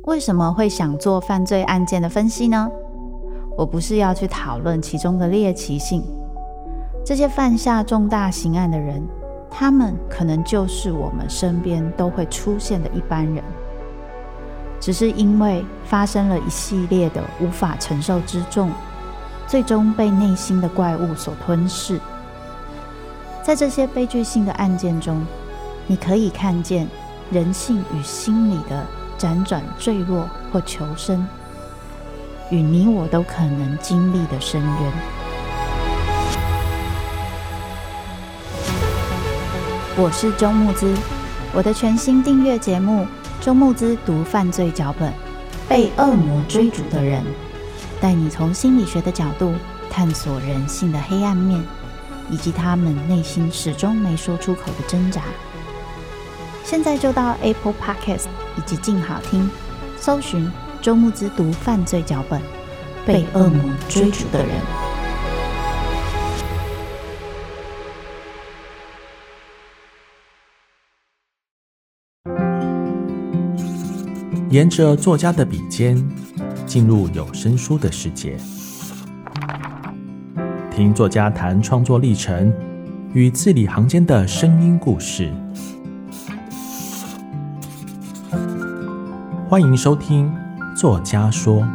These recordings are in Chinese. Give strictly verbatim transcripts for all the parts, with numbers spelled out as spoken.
为什么会想做犯罪案件的分析呢？我不是要去讨论其中的猎奇性，这些犯下重大刑案的人，他们可能就是我们身边都会出现的一般人，只是因为发生了一系列的无法承受之重，最终被内心的怪物所吞噬。在这些悲剧性的案件中，你可以看见人性与心理的辗转坠落或求生，与你我都可能经历的深渊。我是周慕姿，我的全新订阅节目《周慕姿读犯罪脚本：被恶魔追逐的人》，带你从心理学的角度探索人性的黑暗面，以及他们内心始终没说出口的挣扎。现在就到 Apple Podcast 以及静好听搜寻周慕姿读犯罪脚本：被恶魔追逐的人。 沿着作家的笔尖进入有声书的世界，听作家谈创作历程与字里行间的声音故事。欢迎收听作家说。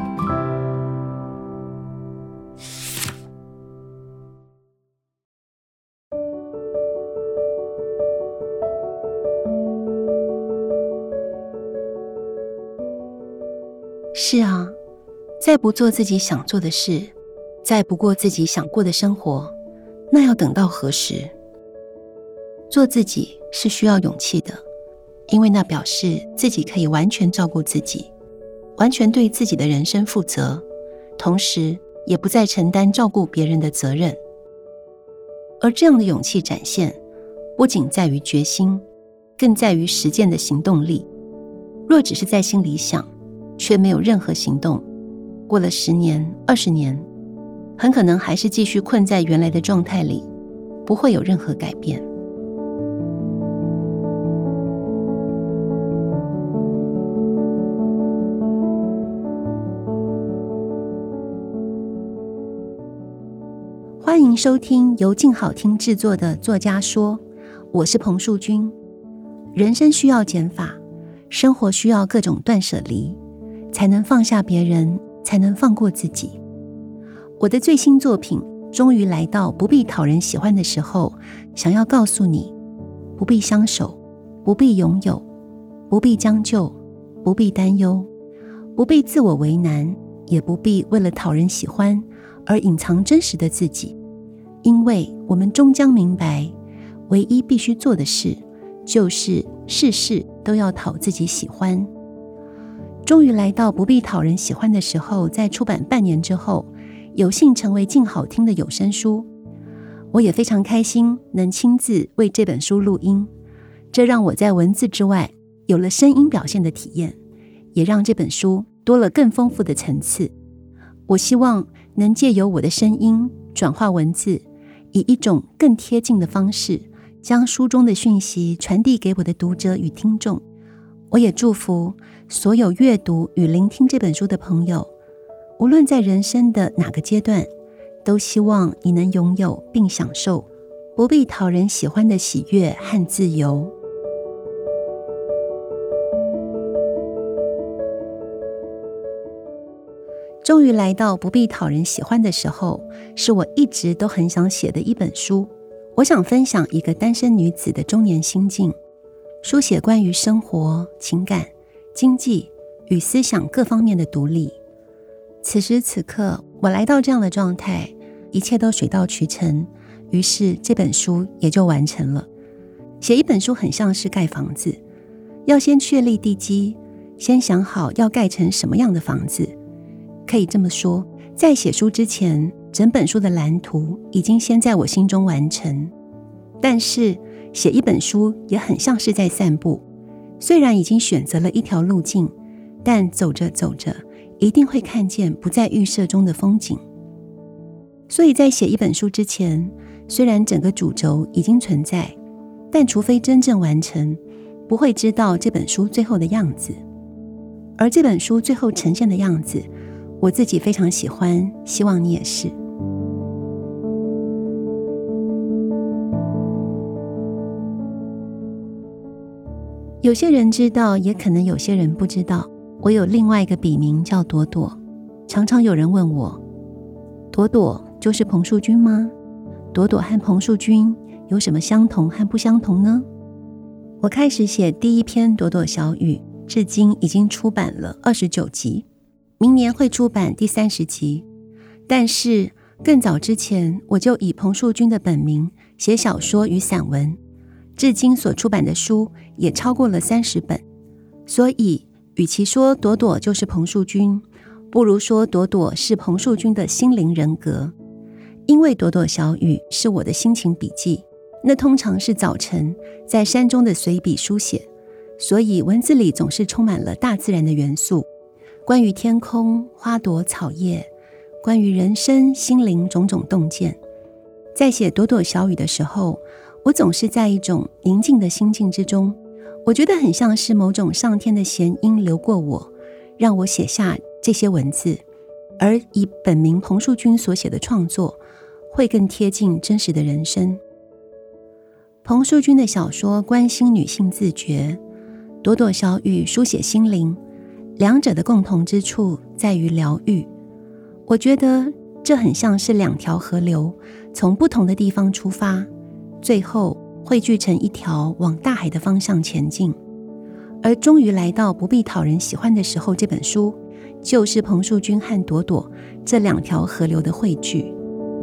是啊，再不做自己想做的事，再不过自己想过的生活，那要等到何时？做自己是需要勇气的，因为那表示自己可以完全照顾自己，完全对自己的人生负责，同时也不再承担照顾别人的责任。而这样的勇气展现，不仅在于决心，更在于实践的行动力。若只是在心里想，却没有任何行动，过了十年、二十年，很可能还是继续困在原来的状态里，不会有任何改变。欢迎收听由静好听制作的作家说，我是彭树君。人生需要减法，生活需要各种断舍离，才能放下别人，才能放过自己。我的最新作品终于来到不必讨人喜欢的时候，想要告诉你，不必相守，不必拥有，不必将就，不必担忧，不必自我为难，也不必为了讨人喜欢而隐藏真实的自己。因为我们终将明白，唯一必须做的事，就是事事都要讨自己喜欢。终于来到不必讨人喜欢的时候，在出版半年之后，有幸成为静好听的有声书。我也非常开心能亲自为这本书录音，这让我在文字之外有了声音表现的体验，也让这本书多了更丰富的层次。我希望能借由我的声音转化文字，以一种更贴近的方式，将书中的讯息传递给我的读者与听众。我也祝福所有阅读与聆听这本书的朋友，无论在人生的哪个阶段，都希望你能拥有并享受不必讨人喜欢的喜悦和自由。终于来到不必讨人喜欢的时候，是我一直都很想写的一本书。我想分享一个单身女子的中年心境，书写关于生活、情感、经济与思想各方面的独立。此时此刻，我来到这样的状态，一切都水到渠成，于是这本书也就完成了。写一本书很像是盖房子，要先确立地基，先想好要盖成什么样的房子。可以这么说，在写书之前，整本书的蓝图已经先在我心中完成。但是写一本书也很像是在散步，虽然已经选择了一条路径，但走着走着一定会看见不在预设中的风景。所以在写一本书之前，虽然整个主轴已经存在，但除非真正完成，不会知道这本书最后的样子。 而这本书最后呈现的样子，我自己非常喜欢，希望你也是。有些人知道，也可能有些人不知道，我有另外一个笔名叫朵朵。常常有人问我，朵朵就是彭树君吗？朵朵和彭树君有什么相同和不相同呢？我开始写第一篇《朵朵小雨》，至今已经出版了二十九集，明年会出版第三十集。但是更早之前，我就以彭树君的本名写小说与散文，至今所出版的书也超过了三十本。所以与其说朵朵就是彭树君，不如说朵朵是彭树君的心灵人格。因为朵朵小雨是我的心情笔记，那通常是早晨在山中的随笔书写，所以文字里总是充满了大自然的元素，关于天空、花朵、草叶，关于人生、心灵种种洞见。在写朵朵小雨的时候，我总是在一种宁静的心境之中，我觉得很像是某种上天的弦音流过我，让我写下这些文字。而以本名彭树君所写的创作，会更贴近真实的人生。彭树君的小说关心女性自觉，朵朵小雨书写心灵，两者的共同之处在于疗愈。我觉得这很像是两条河流从不同的地方出发，最后汇聚成一条往大海的方向前进。而终于来到不必讨人喜欢的时候，这本书就是彭树君和朵朵这两条河流的汇聚。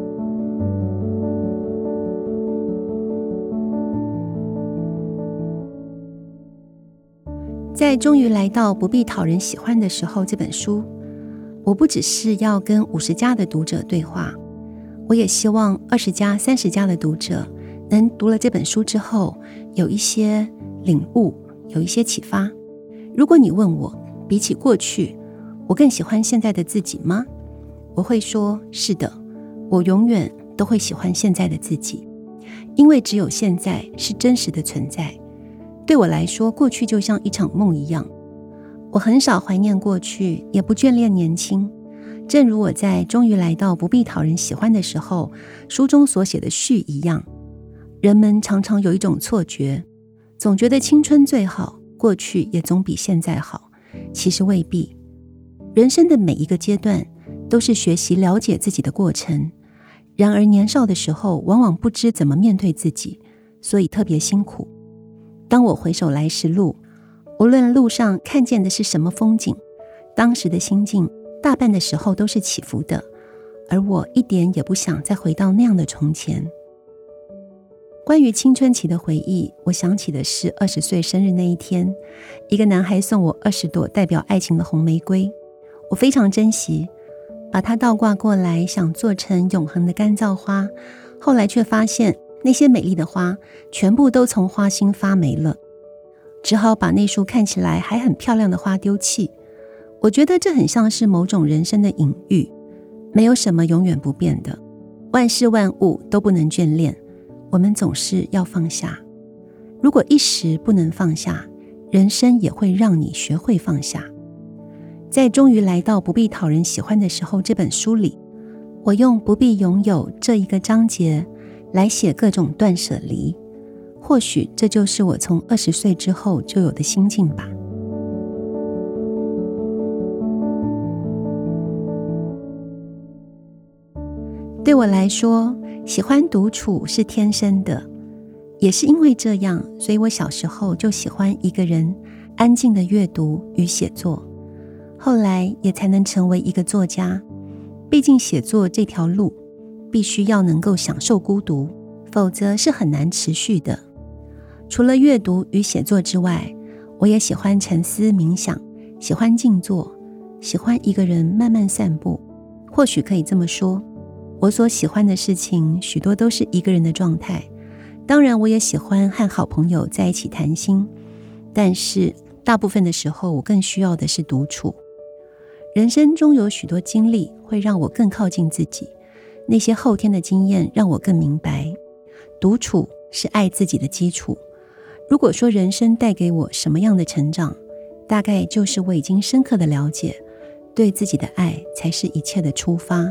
在终于来到不必讨人喜欢的时候这本书，我不只是要跟五十家的读者对话，我也希望二十家、三十家的读者能读了这本书之后有一些领悟，有一些启发。如果你问我，比起过去，我更喜欢现在的自己吗？我会说，是的，我永远都会喜欢现在的自己，因为只有现在是真实的存在。对我来说，过去就像一场梦一样，我很少怀念过去，也不眷恋年轻。正如我在终于来到不必讨人喜欢的时候书中所写的序一样，人们常常有一种错觉，总觉得青春最好，过去也总比现在好。其实未必，人生的每一个阶段都是学习了解自己的过程，然而年少的时候往往不知怎么面对自己，所以特别辛苦。当我回首来时路，无论路上看见的是什么风景，当时的心境大半的时候都是起伏的，而我一点也不想再回到那样的从前。关于青春期的回忆，我想起的是二十岁生日那一天，一个男孩送我二十朵代表爱情的红玫瑰，我非常珍惜，把它倒挂过来，想做成永恒的干燥花，后来却发现那些美丽的花全部都从花心发霉了，只好把那束看起来还很漂亮的花丢弃。我觉得这很像是某种人生的隐喻，没有什么永远不变的，万事万物都不能眷恋，我们总是要放下。如果一时不能放下，人生也会让你学会放下。在终于来到不必讨人喜欢的时候这本书里，我用不必拥有这一个章节来写各种断舍离，或许这就是我从二十岁之后就有的心境吧。对我来说，喜欢独处是天生的，也是因为这样，所以我小时候就喜欢一个人安静的阅读与写作，后来也才能成为一个作家。毕竟写作这条路必须要能够享受孤独，否则是很难持续的。除了阅读与写作之外，我也喜欢沉思冥想，喜欢静坐，喜欢一个人慢慢散步。或许可以这么说，我所喜欢的事情许多都是一个人的状态，当然我也喜欢和好朋友在一起谈心，但是大部分的时候我更需要的是独处。人生中有许多经历会让我更靠近自己，那些后天的经验让我更明白，独处是爱自己的基础。如果说人生带给我什么样的成长， 大概就是我已经深刻的了解，对自己的爱才是一切的出发。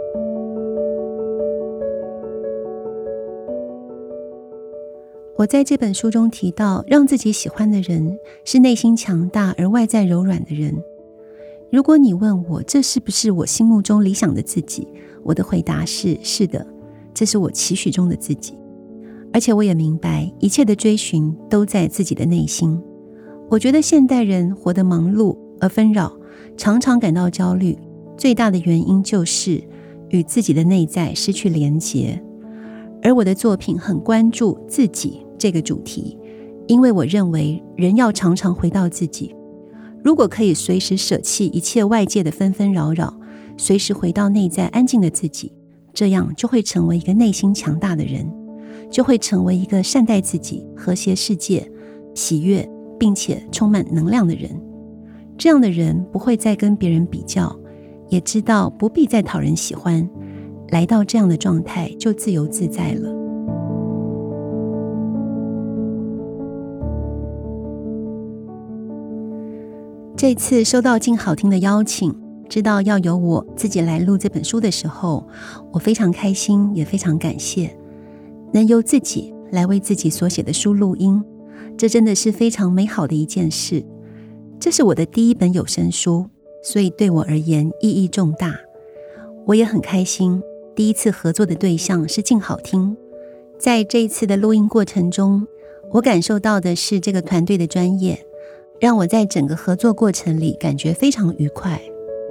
我在这本书中提到，让自己喜欢的人是内心强大而外在柔软的人。如果你问我这是不是我心目中理想的自己，我的回答是是的，这是我期许中的自己。而且我也明白，一切的追寻都在自己的内心。我觉得现代人活得忙碌而纷扰，常常感到焦虑，最大的原因就是与自己的内在失去连结。而我的作品很关注自己这个主题，因为我认为人要常常回到自己。如果可以随时舍弃一切外界的纷纷扰扰，随时回到内在安静的自己，这样就会成为一个内心强大的人，就会成为一个善待自己、和谐世界、喜悦并且充满能量的人。这样的人不会再跟别人比较，也知道不必再讨人喜欢，来到这样的状态就自由自在了。这次收到静好听的邀请，知道要由我自己来录这本书的时候，我非常开心，也非常感谢能由自己来为自己所写的书录音，这真的是非常美好的一件事。这是我的第一本有声书，所以对我而言意义重大。我也很开心，第一次合作的对象是静好听。在这一次的录音过程中，我感受到的是这个团队的专业，让我在整个合作过程里感觉非常愉快。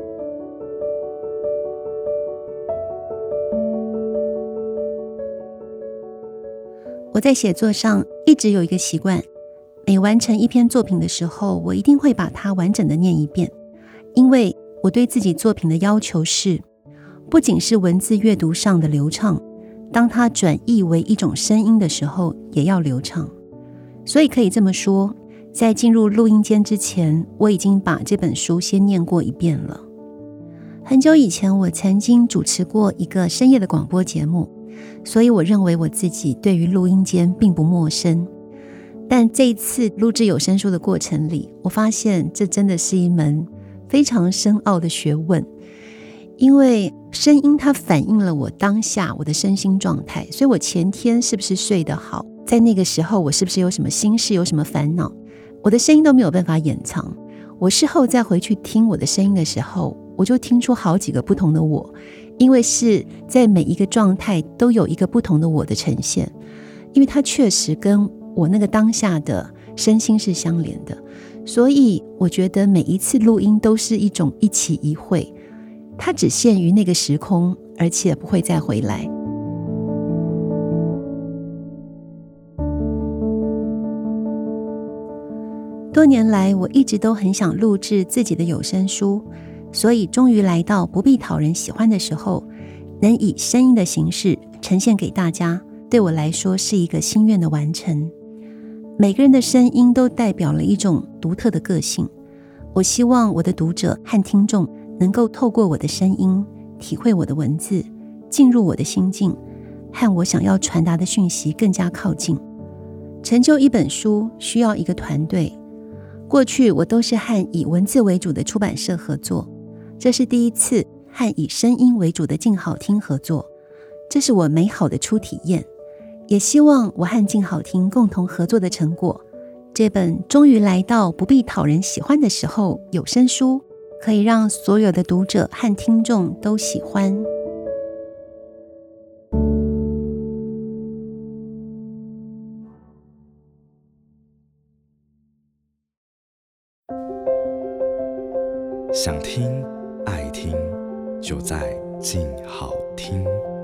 我在写作上一直有一个习惯，每完成一篇作品的时候，我一定会把它完整的念一遍，因为我对自己作品的要求是，不仅是文字阅读上的流畅，当它转译为一种声音的时候也要流畅。所以可以这么说，在进入录音间之前，我已经把这本书先念过一遍了。很久以前，我曾经主持过一个深夜的广播节目，所以我认为我自己对于录音间并不陌生。但这一次录制有声书的过程里，我发现这真的是一门非常深奥的学问，因为声音它反映了我当下我的身心状态，所以我前天是不是睡得好，在那个时候我是不是有什么心事，有什么烦恼，我的声音都没有办法掩藏。我事后再回去听我的声音的时候，我就听出好几个不同的我，因为是在每一个状态都有一个不同的我的呈现，因为它确实跟我那个当下的身心是相连的。所以我觉得每一次录音都是一种一期一会，它只限于那个时空，而且不会再回来。多年来，我一直都很想录制自己的有声书，所以终于来到不必讨人喜欢的时候，能以声音的形式呈现给大家，对我来说是一个心愿的完成。每个人的声音都代表了一种独特的个性，我希望我的读者和听众能够透过我的声音，体会我的文字，进入我的心境，和我想要传达的讯息更加靠近。成就一本书需要一个团队，过去我都是和以文字为主的出版社合作，这是第一次和以声音为主的静好听合作，这是我美好的初体验，也希望我和静好听共同合作的成果，这本终于来到不必讨人喜欢的时候有声书，可以让所有的读者和听众都喜欢。 想听爱听，就在静好听。